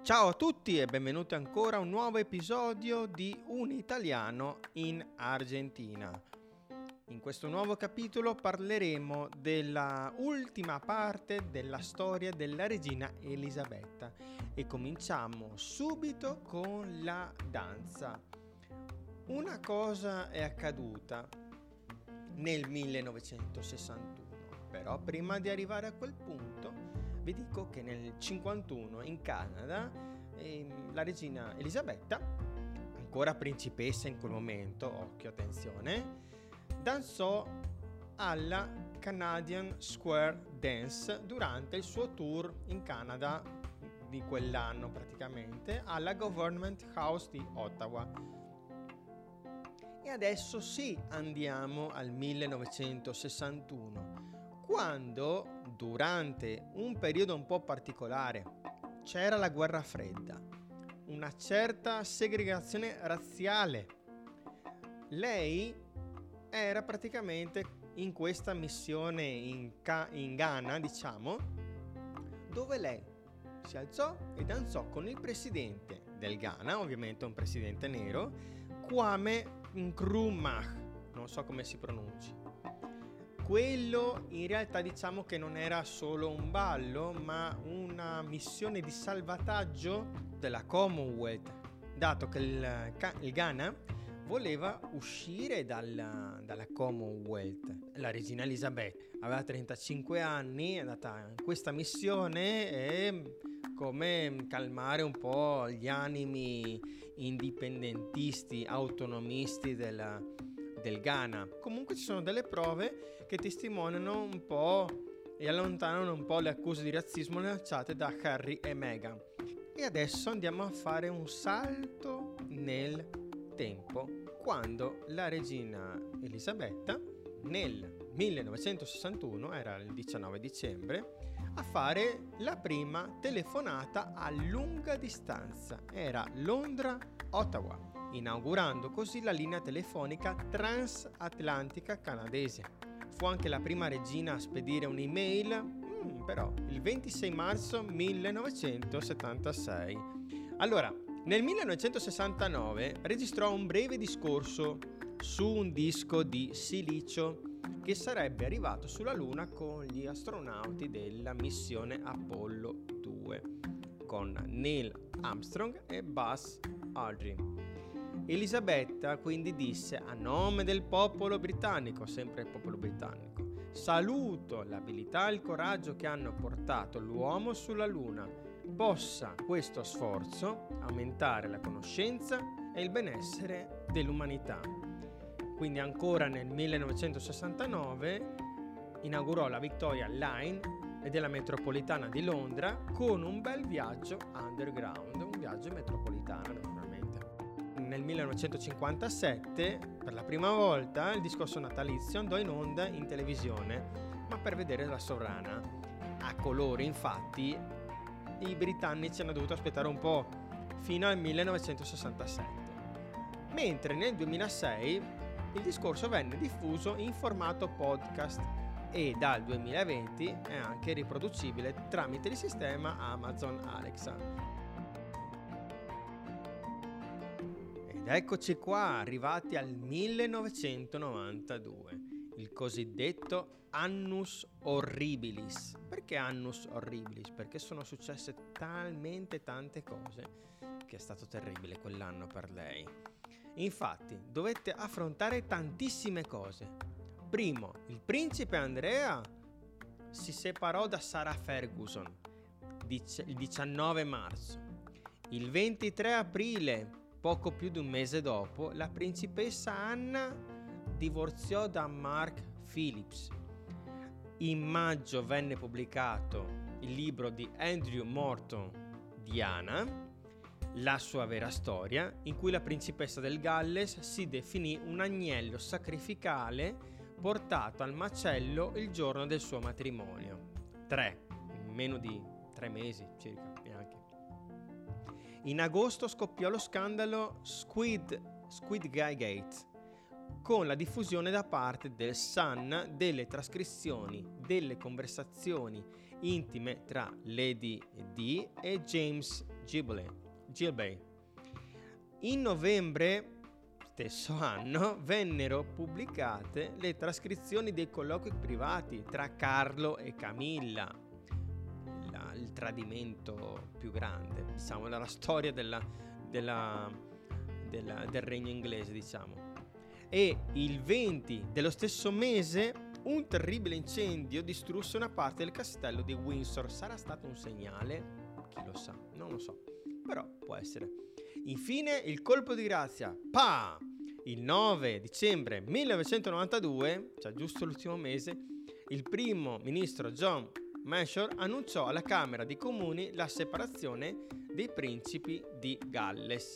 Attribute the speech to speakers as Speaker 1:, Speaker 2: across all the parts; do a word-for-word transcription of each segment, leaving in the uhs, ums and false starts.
Speaker 1: Ciao a tutti e benvenuti ancora a un nuovo episodio di Un italiano in Argentina. In questo nuovo capitolo parleremo della ultima parte della storia della regina Elisabetta e cominciamo subito con la danza. Una cosa è accaduta nel millenovecentosessantuno, però prima di arrivare a quel punto vi dico che nel cinquantuno in Canada ehm, la regina Elisabetta, ancora principessa in quel momento, occhio attenzione, danzò alla Canadian Square Dance durante il suo tour in Canada di quell'anno praticamente alla Government House di Ottawa. E adesso sì, andiamo al millenovecentosessantuno, quando durante un periodo un po' particolare c'era la guerra fredda, una certa segregazione razziale. Lei era praticamente in questa missione in, Ca- in Ghana, diciamo, dove lei si alzò e danzò con il presidente del Ghana, ovviamente un presidente nero, Kwame Nkrumah, non so come si pronunci. Quello in realtà diciamo che non era solo un ballo, ma una missione di salvataggio della Commonwealth, dato che il, il Ghana voleva uscire dalla, dalla Commonwealth. La regina Elisabetta aveva trentacinque anni, è andata in questa missione e come calmare un po' gli animi indipendentisti, autonomisti della, del Ghana. Comunque ci sono delle prove che testimoniano un po' e allontanano un po' le accuse di razzismo lanciate da Harry e Meghan. E adesso andiamo a fare un salto nel tempo, quando la regina Elisabetta nel millenovecentosessantuno, era il diciannove dicembre, a fare la prima telefonata a lunga distanza. Era Londra-Ottawa, inaugurando così la linea telefonica transatlantica canadese. Fu anche la prima regina a spedire un'email, mm, però il ventisei marzo millenovecentosettantasei. Allora, nel millenovecentosessantanove registrò un breve discorso su un disco di silicio che sarebbe arrivato sulla Luna con gli astronauti della missione Apollo due, con Neil Armstrong e Buzz Aldrin. Elisabetta quindi disse: a nome del popolo britannico, sempre il popolo britannico, saluto l'abilità e il coraggio che hanno portato l'uomo sulla Luna. Possa questo sforzo aumentare la conoscenza e il benessere dell'umanità. Quindi ancora nel millenovecentosessantanove inaugurò la Victoria Line della metropolitana di Londra con un bel viaggio underground, un viaggio metropolitano naturalmente. Nel millenovecentocinquantasette, per la prima volta, il discorso natalizio andò in onda in televisione, ma per vedere la sovrana a colori. Infatti i britannici hanno dovuto aspettare un po', fino al millenovecentosessantasette. Mentre nel duemilasei il discorso venne diffuso in formato podcast e dal duemilaventi è anche riproducibile tramite il sistema Amazon Alexa. Ed eccoci qua, arrivati al millenovecentonovantadue, il cosiddetto Annus Horribilis. Perché Annus Horribilis? Perché sono successe talmente tante cose che è stato terribile quell'anno per lei. Infatti, dovette affrontare tantissime cose. Primo, il principe Andrea si separò da Sarah Ferguson il diciannove marzo. Il ventitré aprile, poco più di un mese dopo, la principessa Anna divorziò da Mark Phillips. In maggio venne pubblicato il libro di Andrew Morton, Diana, la sua vera storia, in cui la principessa del Galles si definì un agnello sacrificale portato al macello il giorno del suo matrimonio. Tre, in meno di tre mesi circa, neanche. In agosto scoppiò lo scandalo Squid, Squid Gate, con la diffusione da parte del Sun delle trascrizioni delle conversazioni intime tra Lady Di e James Gilbey. Gilbey. In novembre stesso anno vennero pubblicate le trascrizioni dei colloqui privati tra Carlo e Camilla, la, il tradimento più grande, diciamo, della storia della, della, della, del regno inglese, diciamo. E il venti dello stesso mese un terribile incendio distrusse una parte del castello di Windsor. Sarà stato un segnale? Chi lo sa, non lo so, però può essere. Infine il colpo di grazia, pa! Il nove dicembre millenovecentonovantadue, cioè giusto l'ultimo mese, il primo ministro John Major annunciò alla Camera dei Comuni la separazione dei principi di Galles.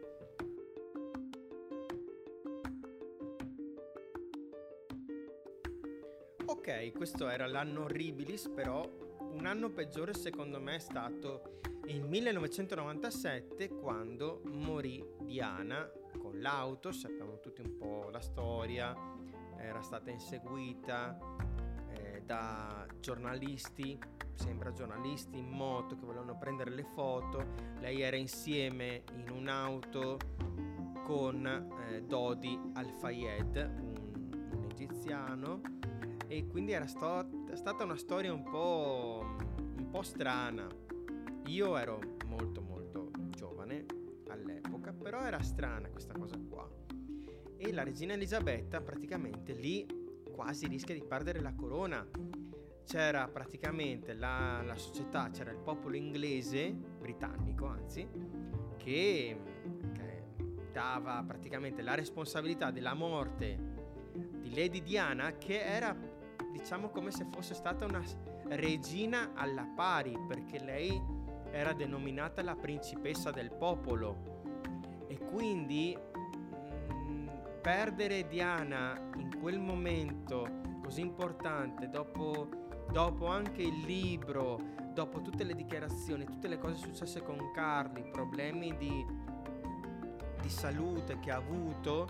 Speaker 1: Ok, questo era l'anno horribilis, però un anno peggiore secondo me è stato il millenovecentonovantasette, quando morì Diana con l'auto. Sappiamo tutti un po' la storia, era stata inseguita eh, da giornalisti, sembra giornalisti in moto che volevano prendere le foto. Lei era insieme in un'auto con eh, Dodi Al-Fayed, un, un egiziano, e quindi era sto- stata una storia un po', un po' strana. Io ero molto molto giovane all'epoca, però era strana questa cosa qua. E la regina Elisabetta praticamente lì quasi rischia di perdere la corona. C'era praticamente la, la società, c'era il popolo inglese, britannico anzi, che, che dava praticamente la responsabilità della morte di Lady Diana, che era, diciamo, come se fosse stata una regina alla pari, perché lei era denominata la principessa del popolo, e quindi mh, perdere Diana in quel momento così importante, dopo, dopo anche il libro, dopo tutte le dichiarazioni, tutte le cose successe con Carlo, i problemi di, di salute che ha avuto,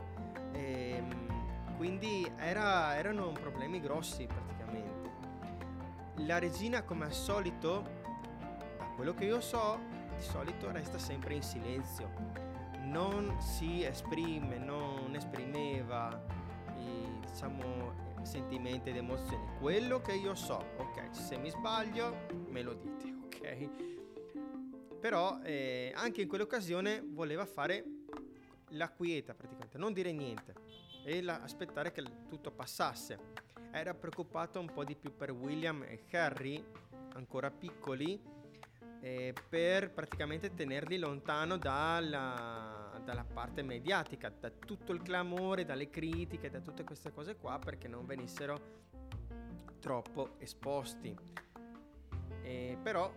Speaker 1: ehm, quindi era, erano problemi grossi praticamente. La regina, come al solito, quello che io so, di solito resta sempre in silenzio, non si esprime, non esprimeva i, diciamo, sentimenti ed emozioni. Quello che io so, ok, se mi sbaglio me lo dite, ok? Però eh, anche in quell'occasione voleva fare la quieta praticamente, non dire niente e la, aspettare che tutto passasse. Era preoccupato un po' di più per William e Harry, ancora piccoli, Eh, per praticamente tenerli lontano dalla, dalla parte mediatica, da tutto il clamore, dalle critiche, da tutte queste cose qua, perché non venissero troppo esposti. Eh, però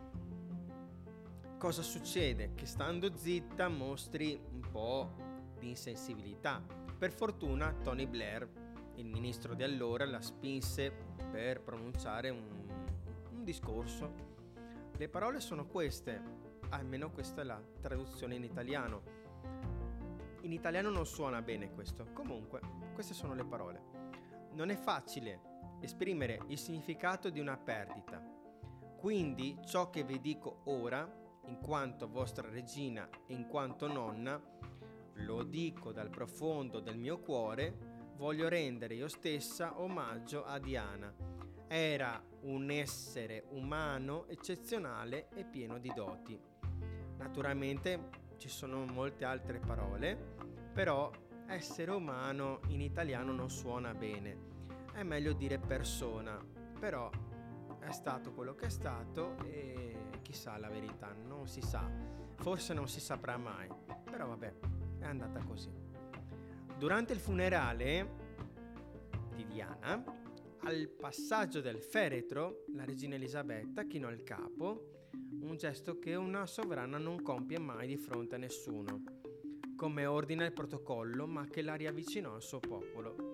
Speaker 1: cosa succede? Che stando zitta mostri un po' di insensibilità. Per fortuna Tony Blair, il ministro di allora, la spinse per pronunciare un, un discorso. Le parole sono queste, almeno questa è la traduzione in italiano. In italiano non suona bene questo, comunque queste sono le parole. Non è facile esprimere il significato di una perdita, quindi ciò che vi dico ora, in quanto vostra regina e in quanto nonna, lo dico dal profondo del mio cuore, voglio rendere io stessa omaggio a Diana. Era un essere umano eccezionale e pieno di doti. Naturalmente ci sono molte altre parole, però essere umano in italiano non suona bene. È meglio dire persona, però è stato quello che è stato e chissà la verità, non si sa. Forse non si saprà mai, però vabbè, è andata così. Durante il funerale di Diana, al passaggio del feretro, la regina Elisabetta chinò il capo, un gesto che una sovrana non compie mai di fronte a nessuno, come ordina il protocollo, ma che la riavvicinò al suo popolo.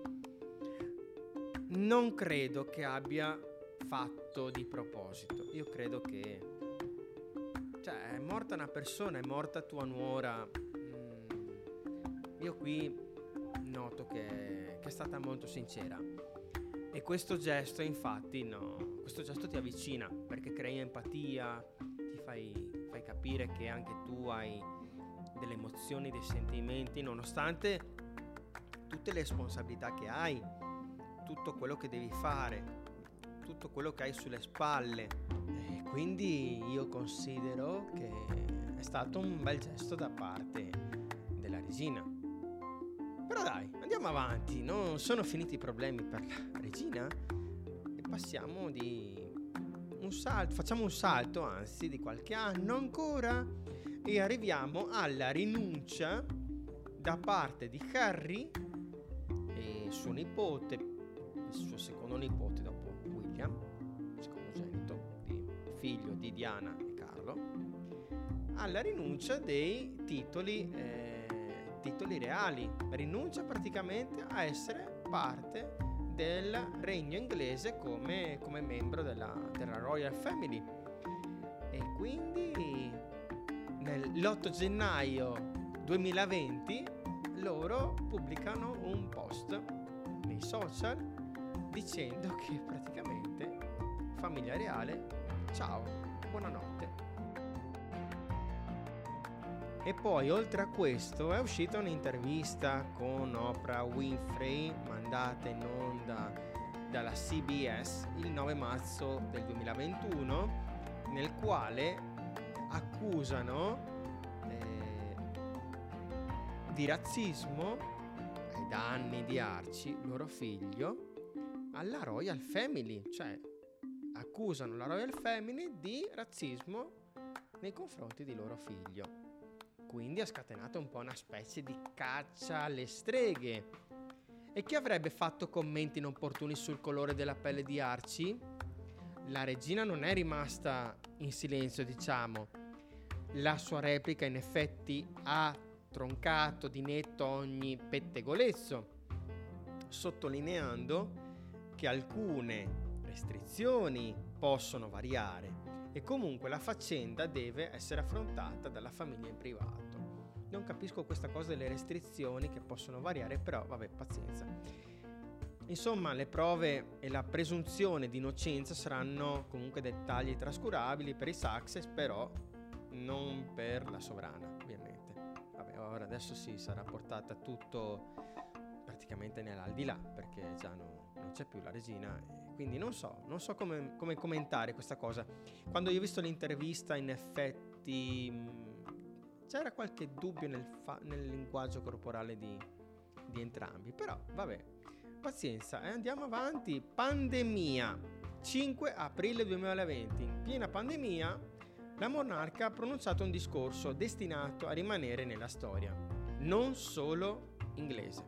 Speaker 1: Non credo che abbia fatto di proposito. Io credo che, cioè, è morta una persona, è morta tua nuora. Mm, io qui noto che, che è stata molto sincera. E questo gesto, infatti, no, questo gesto ti avvicina perché crei empatia, ti fai, fai fai capire che anche tu hai delle emozioni, dei sentimenti, nonostante tutte le responsabilità che hai, tutto quello che devi fare, tutto quello che hai sulle spalle. E quindi io considero che è stato un bel gesto da parte della regina. Però dai, andiamo avanti, non sono finiti i problemi per la regina e passiamo di un salto, facciamo un salto anzi di qualche anno ancora e arriviamo alla rinuncia da parte di Harry e suo nipote, il suo secondo nipote dopo William, secondogenito, di figlio di Diana e Carlo, alla rinuncia dei titoli eh, titoli reali, rinuncia praticamente a essere parte del regno inglese come, come membro della, della Royal Family. E quindi l'otto gennaio duemilaventi loro pubblicano un post nei social dicendo che praticamente famiglia reale, ciao, buonanotte. E poi oltre a questo è uscita un'intervista con Oprah Winfrey mandata in onda dalla C B S il nove marzo del duemilaventuno, nel quale accusano eh, di razzismo ai danni di Archie, loro figlio, alla Royal Family, cioè accusano la Royal Family di razzismo nei confronti di loro figlio. Quindi ha scatenato un po' una specie di caccia alle streghe. E chi avrebbe fatto commenti inopportuni sul colore della pelle di Archie? La regina non è rimasta in silenzio, diciamo. La sua replica in effetti ha troncato di netto ogni pettegolezzo, sottolineando che alcune restrizioni possono variare e comunque la faccenda deve essere affrontata dalla famiglia in privato. Non capisco questa cosa delle restrizioni che possono variare, però vabbè, pazienza. Insomma, le prove e la presunzione di innocenza saranno comunque dettagli trascurabili per i Sussex, però non per la sovrana, ovviamente. Vabbè, ora adesso si sarà portata tutto praticamente nell'aldilà, perché già no, non c'è più la regina, e quindi non so, non so come, come commentare questa cosa. Quando io ho visto l'intervista, in effetti mh, c'era qualche dubbio nel, fa- nel linguaggio corporale di, di entrambi, però vabbè, pazienza, eh, andiamo avanti. Pandemia, cinque aprile duemilaventi, in piena pandemia, la monarca ha pronunciato un discorso destinato a rimanere nella storia, non solo inglese.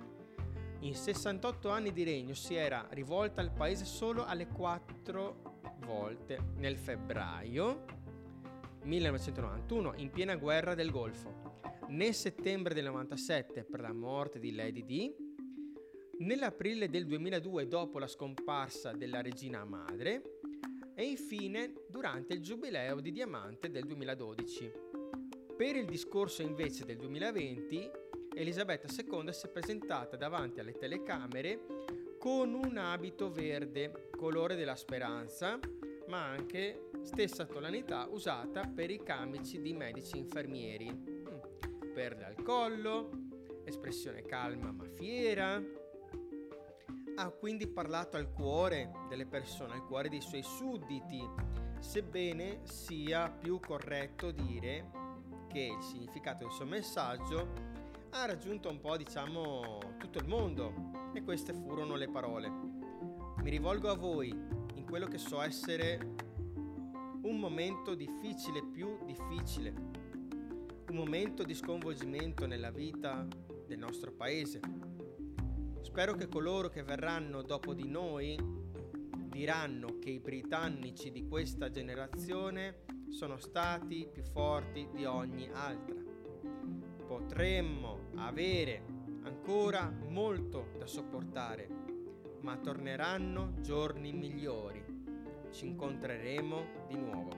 Speaker 1: In sessantotto anni di regno si era rivolta al paese solo alle quattro volte: nel febbraio millenovecentonovantuno, in piena guerra del Golfo; nel settembre del novantasette per la morte di Lady Di; nell'aprile del duemiladue dopo la scomparsa della regina madre; e infine durante il giubileo di diamante del duemiladodici. Per il discorso invece del duemilaventi, Elisabetta seconda si è presentata davanti alle telecamere con un abito verde, colore della speranza, ma anche stessa tonalità usata per i camici di medici infermieri. Mm. Verde al collo, espressione calma ma fiera. Ha quindi parlato al cuore delle persone, al cuore dei suoi sudditi, sebbene sia più corretto dire che il significato del suo messaggio ha raggiunto un po', diciamo, tutto il mondo. E queste furono le parole: mi rivolgo a voi in quello che so essere un momento difficile, più difficile, un momento di sconvolgimento nella vita del nostro paese. Spero che coloro che verranno dopo di noi diranno che i britannici di questa generazione sono stati più forti di ogni altra. Potremmo avere ancora molto da sopportare, ma torneranno giorni migliori. Ci incontreremo di nuovo.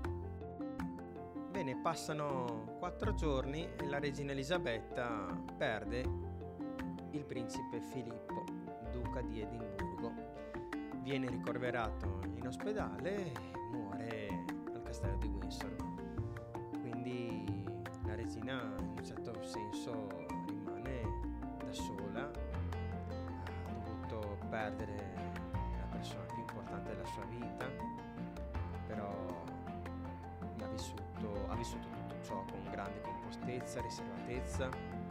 Speaker 1: Bene, passano quattro giorni e la regina Elisabetta perde il principe Filippo, duca di Edimburgo. Viene ricoverato in ospedale e muore al castello di Windsor. Regina in un certo senso rimane da sola, ha dovuto perdere la persona più importante della sua vita, però ha vissuto, ha vissuto tutto ciò con grande compostezza, riservatezza,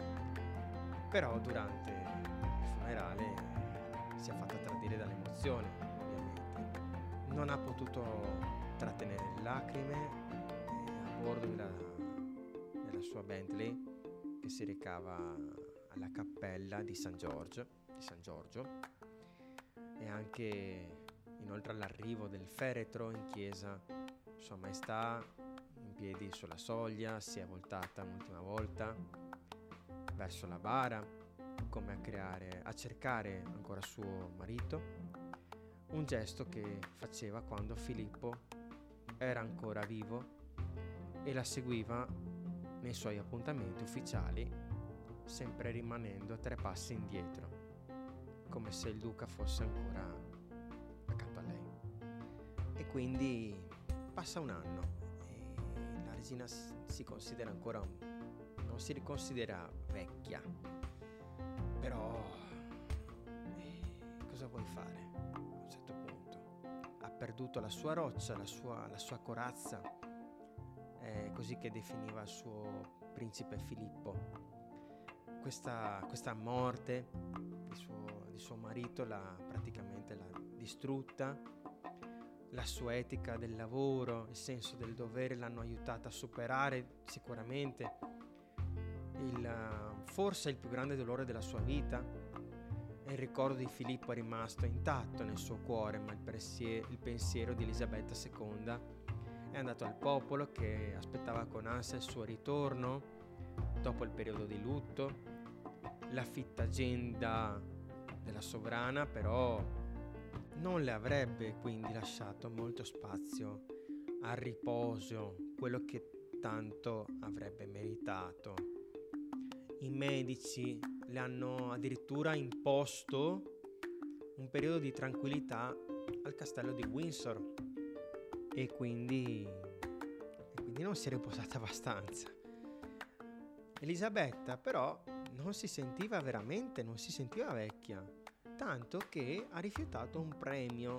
Speaker 1: però durante il funerale si è fatta tradire dall'emozione, ovviamente. Non ha potuto trattenere le lacrime e a bordo della, della sua Bentley, che si recava alla cappella di San Giorgio, di San Giorgio e anche inoltre all'arrivo del feretro in chiesa, Sua Maestà in piedi sulla soglia si è voltata un'ultima volta verso la bara, come a creare, a cercare ancora suo marito, un gesto che faceva quando Filippo era ancora vivo e la seguiva nei suoi appuntamenti ufficiali, sempre rimanendo a tre passi indietro, come se il duca fosse ancora accanto a lei. E quindi passa un anno e la regina si considera ancora un, non si riconsidera vecchia, però eh, cosa vuoi fare a un certo punto? Ha perduto la sua roccia, la sua, la sua corazza, eh, così che definiva il suo principe Filippo. Questa, questa morte di suo, di suo marito l'ha praticamente l'ha distrutta. La sua etica del lavoro, il senso del dovere l'hanno aiutata a superare sicuramente il, forse il più grande dolore della sua vita. E il ricordo di Filippo è rimasto intatto nel suo cuore, ma il, persie- il pensiero di Elisabetta seconda è andato al popolo che aspettava con ansia il suo ritorno dopo il periodo di lutto. La fitta agenda della sovrana però non le avrebbe quindi lasciato molto spazio al riposo, quello che tanto avrebbe meritato. I medici le hanno addirittura imposto un periodo di tranquillità al castello di Windsor e quindi, e quindi non si è riposata abbastanza. Elisabetta però non si sentiva veramente, non si sentiva vecchia, tanto che ha rifiutato un premio,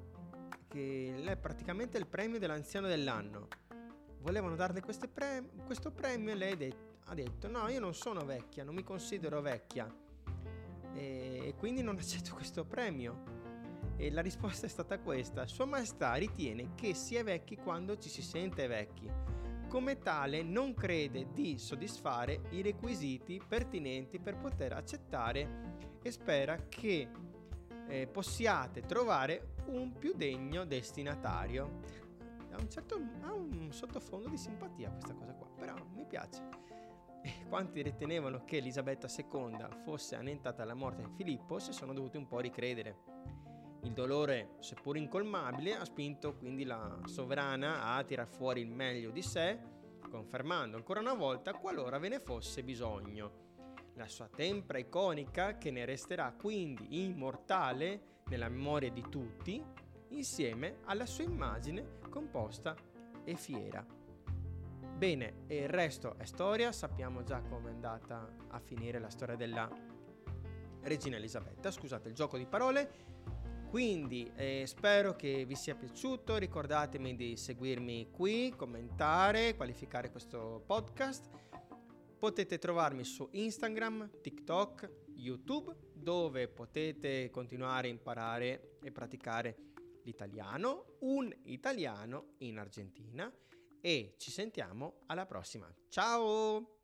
Speaker 1: che è praticamente il premio dell'anziano dell'anno. Volevano darle queste pre- questo premio e lei de- ha detto no, io non sono vecchia, non mi considero vecchia e-, e quindi non accetto questo premio. E la risposta è stata questa: Sua Maestà ritiene che si è vecchi quando ci si sente vecchi. Come tale non crede di soddisfare i requisiti pertinenti per poter accettare e spera che eh, possiate trovare un più degno destinatario. Ha un certo ha un sottofondo di simpatia questa cosa qua, però mi piace. E quanti ritenevano che Elisabetta seconda fosse annientata alla morte di Filippo si sono dovuti un po' ricredere. Il dolore, seppur incolmabile, ha spinto quindi la sovrana a tirar fuori il meglio di sé, confermando ancora una volta qualora ve ne fosse bisogno la sua tempra iconica, che ne resterà quindi immortale nella memoria di tutti, insieme alla sua immagine composta e fiera. Bene, e il resto è storia, sappiamo già come è andata a finire la storia della regina Elisabetta, scusate il gioco di parole. Quindi eh, spero che vi sia piaciuto, ricordatemi di seguirmi qui, commentare, qualificare questo podcast. Potete trovarmi su Instagram, TikTok, YouTube, dove potete continuare a imparare e praticare l'italiano, un italiano in Argentina, e ci sentiamo alla prossima. Ciao!